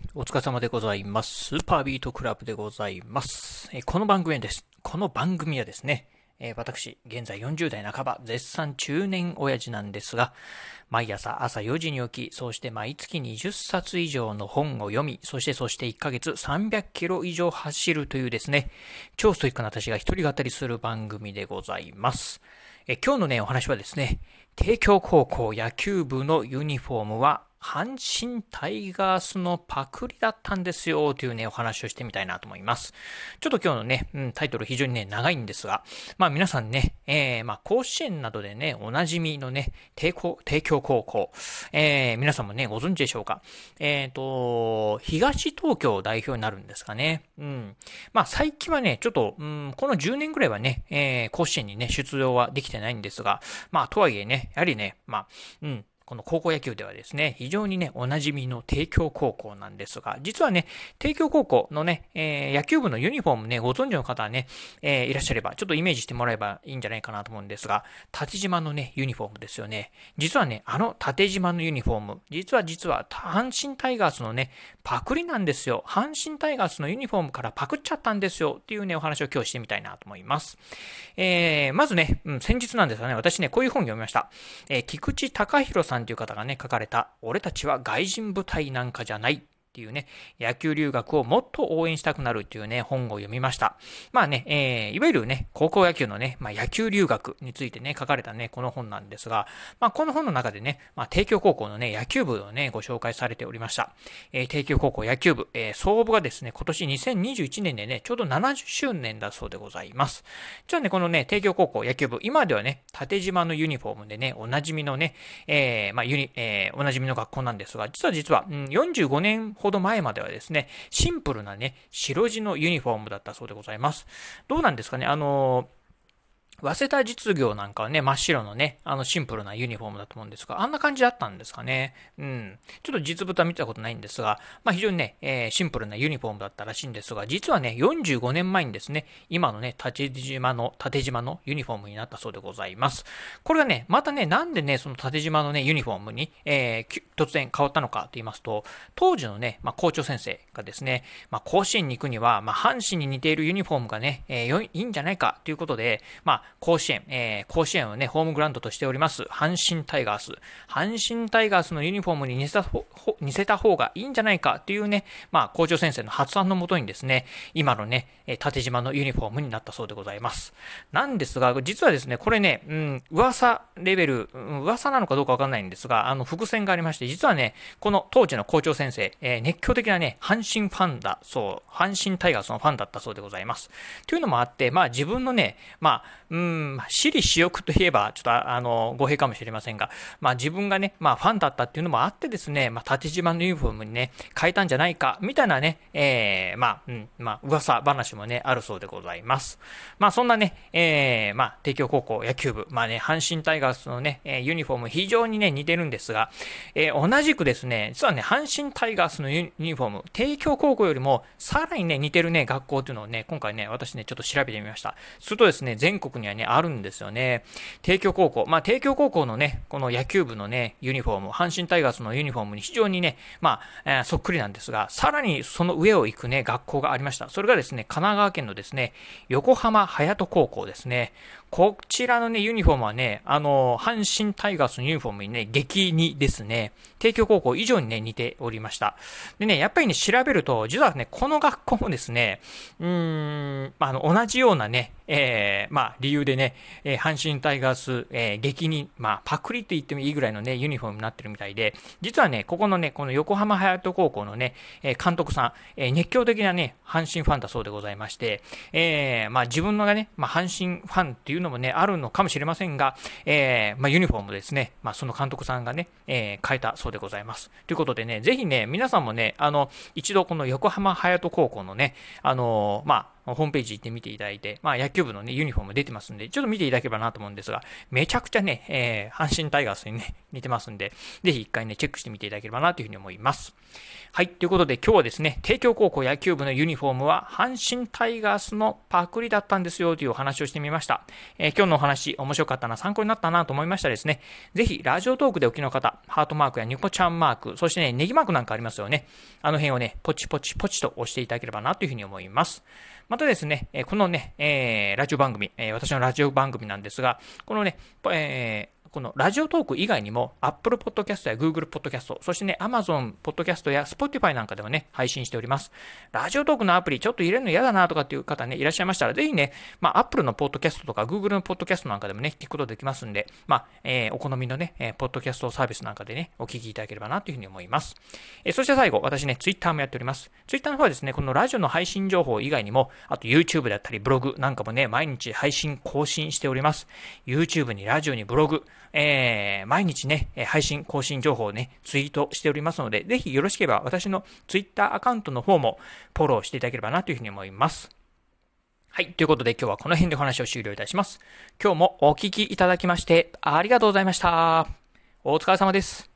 お疲れ様でございます。スーパービートクラブでございます。この番組はですね、私、現在40代半ば、絶賛中年親父なんですが、毎朝4時に起き、そして毎月20冊以上の本を読み、そして1ヶ月300キロ以上走るというですね、超ストイックな私が一人語りする番組でございます。今日のね、お話はですね、帝京高校野球部のユニフォームは阪神タイガースのパクリだったんですよというね、お話をしてみたいなと思います。ちょっと今日のね、タイトル非常にね、長いんですが、皆さんね、甲子園などでね、おなじみのね、帝京高校、皆さんもね、ご存知でしょうか。東東京代表になるんですかね。最近はね、ちょっと、この10年ぐらいはね、甲子園にね、出場はできてないんですが、とはいえね、やはりね、この高校野球ではですね、非常にね、おなじみの帝京高校なんですが、実はね、帝京高校のね、野球部のユニフォームね、ご存知の方はね、いらっしゃれば、ちょっとイメージしてもらえばいいんじゃないかなと思うんですが、縦縞のね、ユニフォームですよね。実はね、あの縦縞のユニフォーム、実は阪神タイガースのね、パクリなんですよ。阪神タイガースのユニフォームからパクっちゃったんですよ。っていうね、お話を今日してみたいなと思います。まずね、先日なんですがね、私ね、こういう本を読みました。菊池隆弘さんという方がね、書かれた、俺たちは外人部隊なんかじゃない。っていうね、野球留学をもっと応援したくなるっていうね、本を読みました。いわゆるね、高校野球のね、野球留学についてね、書かれたね、この本なんですが、この本の中でね、帝京高校のね、野球部をね、ご紹介されておりました。帝京高校野球部、創部がですね、今年2021年でね、ちょうど70周年だそうでございます。じゃあね、このね、帝京高校野球部、今ではね、縦縞のユニフォームでね、おなじみのね、おなじみの学校なんですが、実は、45年ほど前まではですね、シンプルなね、白地のユニフォームだったそうでございます。どうなんですかね、早稲田実業なんかはね、真っ白のね、シンプルなユニフォームだと思うんですが、あんな感じだったんですかね。ちょっと実物は見たことないんですが、非常にね、シンプルなユニフォームだったらしいんですが、実はね、45年前にですね、今のね、縦縞のユニフォームになったそうでございます。これがね、またね、なんでね、その縦縞のね、ユニフォームに、突然変わったのかと言いますと、当時のね、校長先生がですね、甲子園に行くには、阪神に似ているユニフォームがね、いいんじゃないかということで、甲子園をね、ホームグラウンドとしております、阪神タイガース。阪神タイガースのユニフォームに似せた方がいいんじゃないかっていうね、校長先生の発案のもとにですね、今のね、縦縞のユニフォームになったそうでございます。なんですが、実はですね、これね、噂レベル、噂なのかどうかわかんないんですが、伏線がありまして、実はね、この当時の校長先生、熱狂的なね、阪神ファンだ、そう、阪神タイガースのファンだったそうでございます。というのもあって、自分のね、私利私欲といえば、ちょっと語弊かもしれませんが、自分がね、ファンだったっていうのもあってですね、縦縞のユニフォームにね、変えたんじゃないか、みたいなね、噂話もね、あるそうでございます。そんなね、帝京高校野球部、阪神タイガースのね、ユニフォーム非常にね、似てるんですが、同じくですね、実はね、阪神タイガースのユニフォーム、帝京高校よりも、さらにね、似てるね、学校っていうのをね、今回ね、私ね、ちょっと調べてみました。するとですね、全国にはね、あるんですよね。帝京高校。帝京高校のね、この野球部のね、ユニフォーム、阪神タイガースのユニフォームに非常にね、そっくりなんですが、さらにその上を行くね、学校がありました。それがですね、神奈川県のですね、横浜隼人高校ですね。こちらのね、ユニフォームはね、阪神タイガースのユニフォームにね、激似ですね。帝京高校以上にね、似ておりました。でね、やっぱりね、調べると、実はね、この学校もですね、同じようなね、理由でね、阪神タイガース、激似、パクリと言ってもいいぐらいのね、ユニフォームになってるみたいで、実はね、ここのね、この横浜隼人高校のね、監督さん、熱狂的なね、阪神ファンだそうでございまして、自分のね、阪神ファンっていうのもね、あるのかもしれませんが、ユニフォームですね、その監督さんがね、変えたそうでございます。ということでね、ぜひね、皆さんもね、一度この横浜隼人高校のね、 ホームページ行ってみていただいて、野球部のね、ユニフォーム出てますんで、ちょっと見ていただければなと思うんですが、めちゃくちゃね、阪神タイガースにね、似てますんで、ぜひ一回ね、チェックしてみていただければなというふうに思います。はい、ということで今日はですね、帝京高校野球部のユニフォームは阪神タイガースのパクリだったんですよというお話をしてみました。今日のお話、面白かったな、参考になったなと思いましたらですね、ぜひラジオトークでお聞きの方、ハートマークやニコちゃんマーク、そしてね、ネギマークなんかありますよね。あの辺をね、ポチポチポチと押していただければなというふうに思います。またですね、このね、ラジオ番組、私のラジオ番組なんですが、このね、このラジオトーク以外にも Apple Podcast や Google Podcast、そしてね、Amazon Podcast や Spotify なんかでもね、配信しております。ラジオトークのアプリちょっと入れるの嫌だなとかっていう方ね、いらっしゃいましたら、ぜひね、Apple の Podcast とか Google の Podcast なんかでもね、聞くことできますんで、お好みのね、Podcast サービスなんかでね、お聞きいただければなというふうに思います。そして最後、私ね、Twitter もやっております。Twitter の方はですね、このラジオの配信情報以外にも、あと YouTube だったりブログなんかもね、毎日配信更新しております。YouTube にラジオにブログ、毎日ね、配信、更新情報をね、ツイートしておりますので、ぜひよろしければ私のツイッターアカウントの方もフォローしていただければなというふうに思います。はい。ということで今日はこの辺でお話を終了いたします。今日もお聞きいただきましてありがとうございました。お疲れ様です。